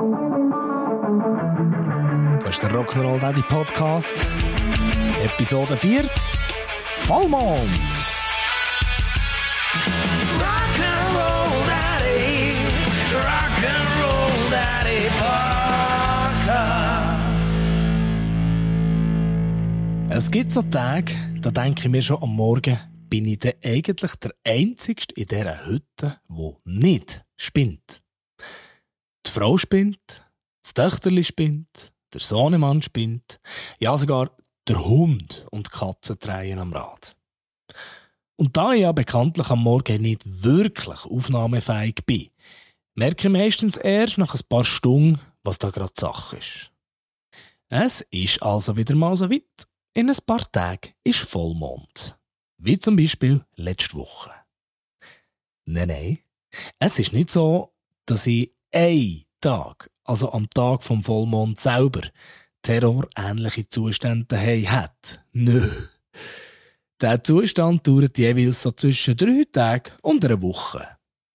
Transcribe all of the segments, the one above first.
Das ist der Rock'n'Roll Daddy Podcast. Episode 40. Vollmond. Rock'n'Roll Daddy. Rock'n'Roll Daddy Podcast. Es gibt so Tage, da denke ich mir schon am Morgen, bin ich denn eigentlich der Einzige in dieser Hütte, der nicht spinnt. Die Frau spinnt, das Töchterli spinnt, der Sohnemann spinnt, ja sogar der Hund und die Katze drehen am Rad. Und da ich ja bekanntlich am Morgen nicht wirklich aufnahmefähig bin, merke ich meistens erst nach ein paar Stunden, was da gerade Sache ist. Es ist also wieder mal so weit. In ein paar Tagen ist Vollmond. Wie zum Beispiel letzte Woche. Nein. Es ist nicht so, dass ich einen Tag, also am Tag vom Vollmond selber, terrorähnliche Zustände daheim hat. Nö. Der Zustand dauert jeweils so zwischen 3 Tagen und einer Woche.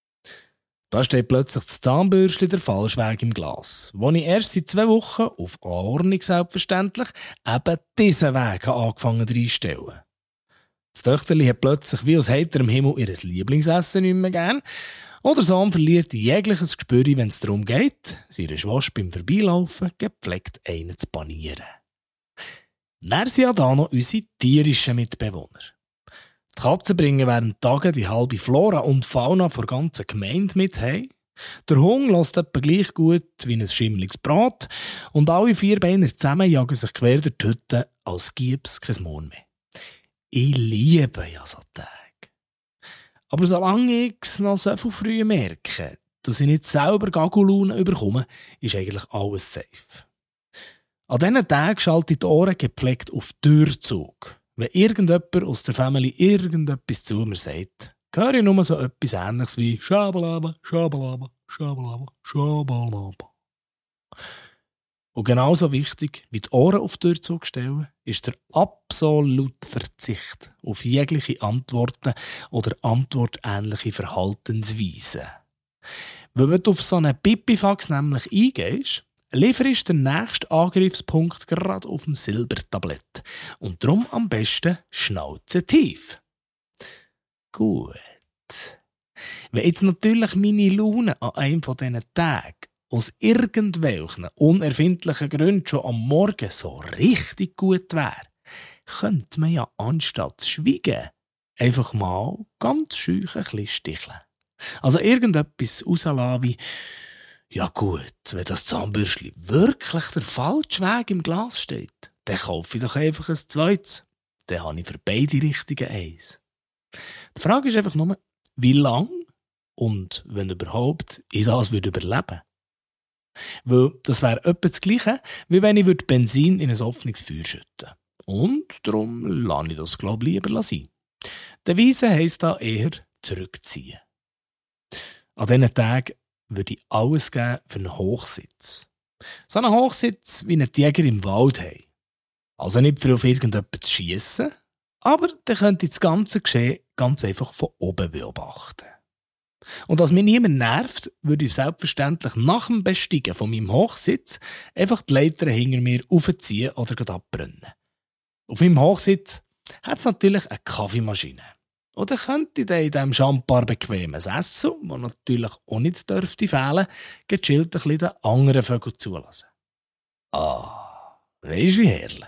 Da steht plötzlich das Zahnbürstchen der Falschweg im Glas, wo ich erst seit 2 Wochen, auf Ordnung selbstverständlich, eben diesen Weg angefangen reinzustellen. Das Töchterli hat plötzlich wie aus heiterem Himmel ihr Lieblingsessen nicht mehr gern. Oder Sohn verliert jegliches Gespür, wenn es darum geht, seine Schwester beim Vorbeilaufen gepflegt einen zu panieren. Dann sind ja da noch unsere tierischen Mitbewohner. Die Katzen bringen während Tagen die halbe Flora und Fauna der ganzen Gemeinde mit heim. Der Hund lässt etwa gleich gut wie ein schimmliges Brat und alle 4 Beiner zusammen jagen sich quer durch die Hütte, als gäbe es kein Morgen mehr. Ich liebe ja so Tage. Aber solange ich es noch so viel früh merke, dass ich nicht selber Gagulaune bekomme, ist eigentlich alles safe. An diesen Tagen schalte ich die Ohren gepflegt auf Türzug. Wenn irgendjemand aus der Familie irgendetwas zu mir sagt, höre ich nur so etwas Ähnliches wie Schabalaba, Schabalaba, Schabalaba, Schabalaba. Und genauso wichtig wie die Ohren auf die Türzug stellen, ist der absolute Verzicht auf jegliche Antworten oder antwortähnliche Verhaltensweisen. Weil wenn du auf so einen Pipifax nämlich eingehst, lieferst du den nächsten Angriffspunkt gerade auf dem Silbertablett. Und darum am besten Schnauze tief. Gut. Wenn jetzt natürlich meine Laune an einem von diesen Tagen aus irgendwelchen unerfindlichen Gründen schon am Morgen so richtig gut wäre, könnte man ja anstatt zu schweigen einfach mal ganz schüch ein bisschen sticheln. Also irgendetwas rauslassen wie «Ja gut, wenn das Zahnbürstchen wirklich der falsche Weg im Glas steht, dann kaufe ich doch einfach ein zweites. Dann habe ich für beide Richtigen eins.» Die Frage ist einfach nur, wie lang und, wenn überhaupt, ich das überleben würde. Weil das wäre etwa das Gleiche, wie wenn ich Benzin in ein offenes Feuer schütten. Und darum lasse ich das, glaube ich, lieber sein. Der Weise heisst da eher zurückziehen. An diesen Tagen würde ich alles geben für einen Hochsitz. So einen Hochsitz, wie ein Jäger im Wald haben. Also nicht für auf irgendjemanden zu schiessen, aber dann könnte ich das ganze Geschehen ganz einfach von oben beobachten. Und dass mich niemand nervt, würde ich selbstverständlich nach dem Besteigen von meinem Hochsitz einfach die Leiter hinter mir aufziehen oder abbrennen. Auf meinem Hochsitz hat es natürlich eine Kaffeemaschine. Oder könnte ich dann in diesem Champar bequemes Essen, das natürlich auch nicht dürfte fehlen, gechillt ein bisschen den anderen Vögeln zulassen. Ah, weisst wie herrlich.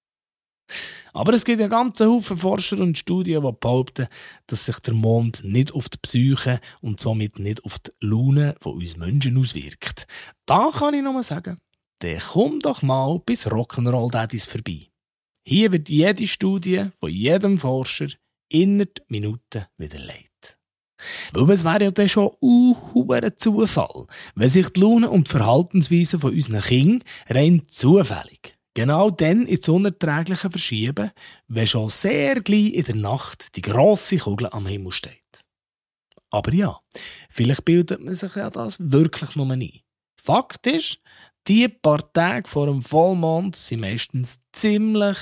Aber es gibt ja ganze Haufen Forscher und Studien, die behaupten, dass sich der Mond nicht auf die Psyche und somit nicht auf die Laune von uns Menschen auswirkt. Da kann ich nur sagen, dann komm doch mal bis Rock'n'Roll Daddys vorbei. Hier wird jede Studie von jedem Forscher innerhalb Minuten widerlegt. Weil es wäre ja dann schon ein Zufall, wenn sich die Laune und die Verhaltensweise von unseren Kindern rein zufällig genau dann ins Unerträgliche verschieben, wenn schon sehr gleich in der Nacht die grosse Kugel am Himmel steht. Aber ja, vielleicht bildet man sich ja das wirklich nur ein. Fakt ist, die paar Tage vor dem Vollmond sind meistens ziemlich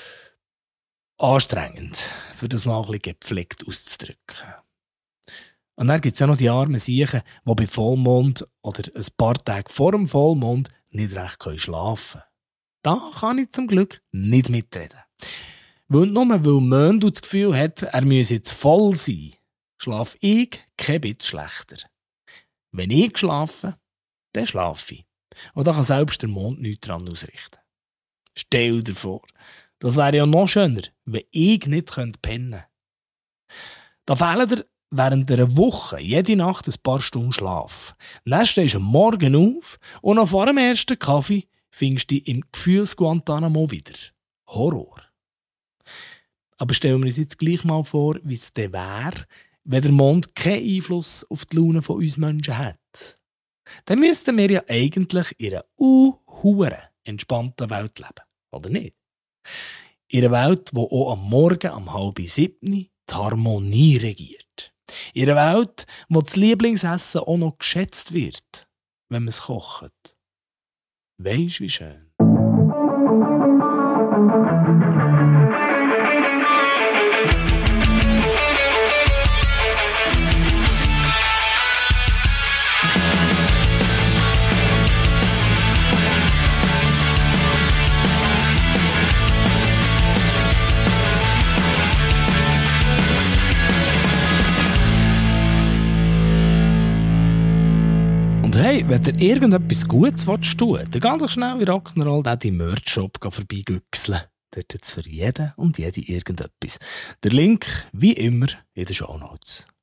anstrengend, für das mal ein bisschen gepflegt auszudrücken. Und dann gibt es ja noch die armen Siechen, die bei Vollmond oder ein paar Tage vor dem Vollmond nicht recht schlafen können. Da kann ich zum Glück nicht mitreden. Weil Möndl das Gefühl hat, er müsse jetzt voll sein, schlafe ich kein bisschen schlechter. Wenn ich schlafe, dann schlafe ich. Und da kann selbst der Mond nichts daran ausrichten. Stell dir vor, das wäre ja noch schöner, wenn ich nicht pennen könnte. Da fehlen dir während einer Woche jede Nacht ein paar Stunden Schlaf. Dann stehst du am Morgen auf und noch vor dem ersten Kaffee findest du dich im Gefühls-Guantanamo wieder. Horror. Aber stellen wir uns jetzt gleich mal vor, wie es dann wäre, wenn der Mond keinen Einfluss auf die Laune von uns Menschen hat. Dann müssten wir ja eigentlich in einer entspannten Welt leben. Oder nicht? In einer Welt, wo auch am Morgen um 6:30 die Harmonie regiert. In einer Welt, wo das Lieblingsessen auch noch geschätzt wird, wenn man es kocht. Weisst wie schön. Und hey, wenn ihr irgendetwas Gutes tun willst, dann geh doch schnell in Rock'n'Roll den Merch-Shop vorbeigüchseln. Dort jetzt für jeden und jede irgendetwas. Der Link, wie immer, in den Shownotes.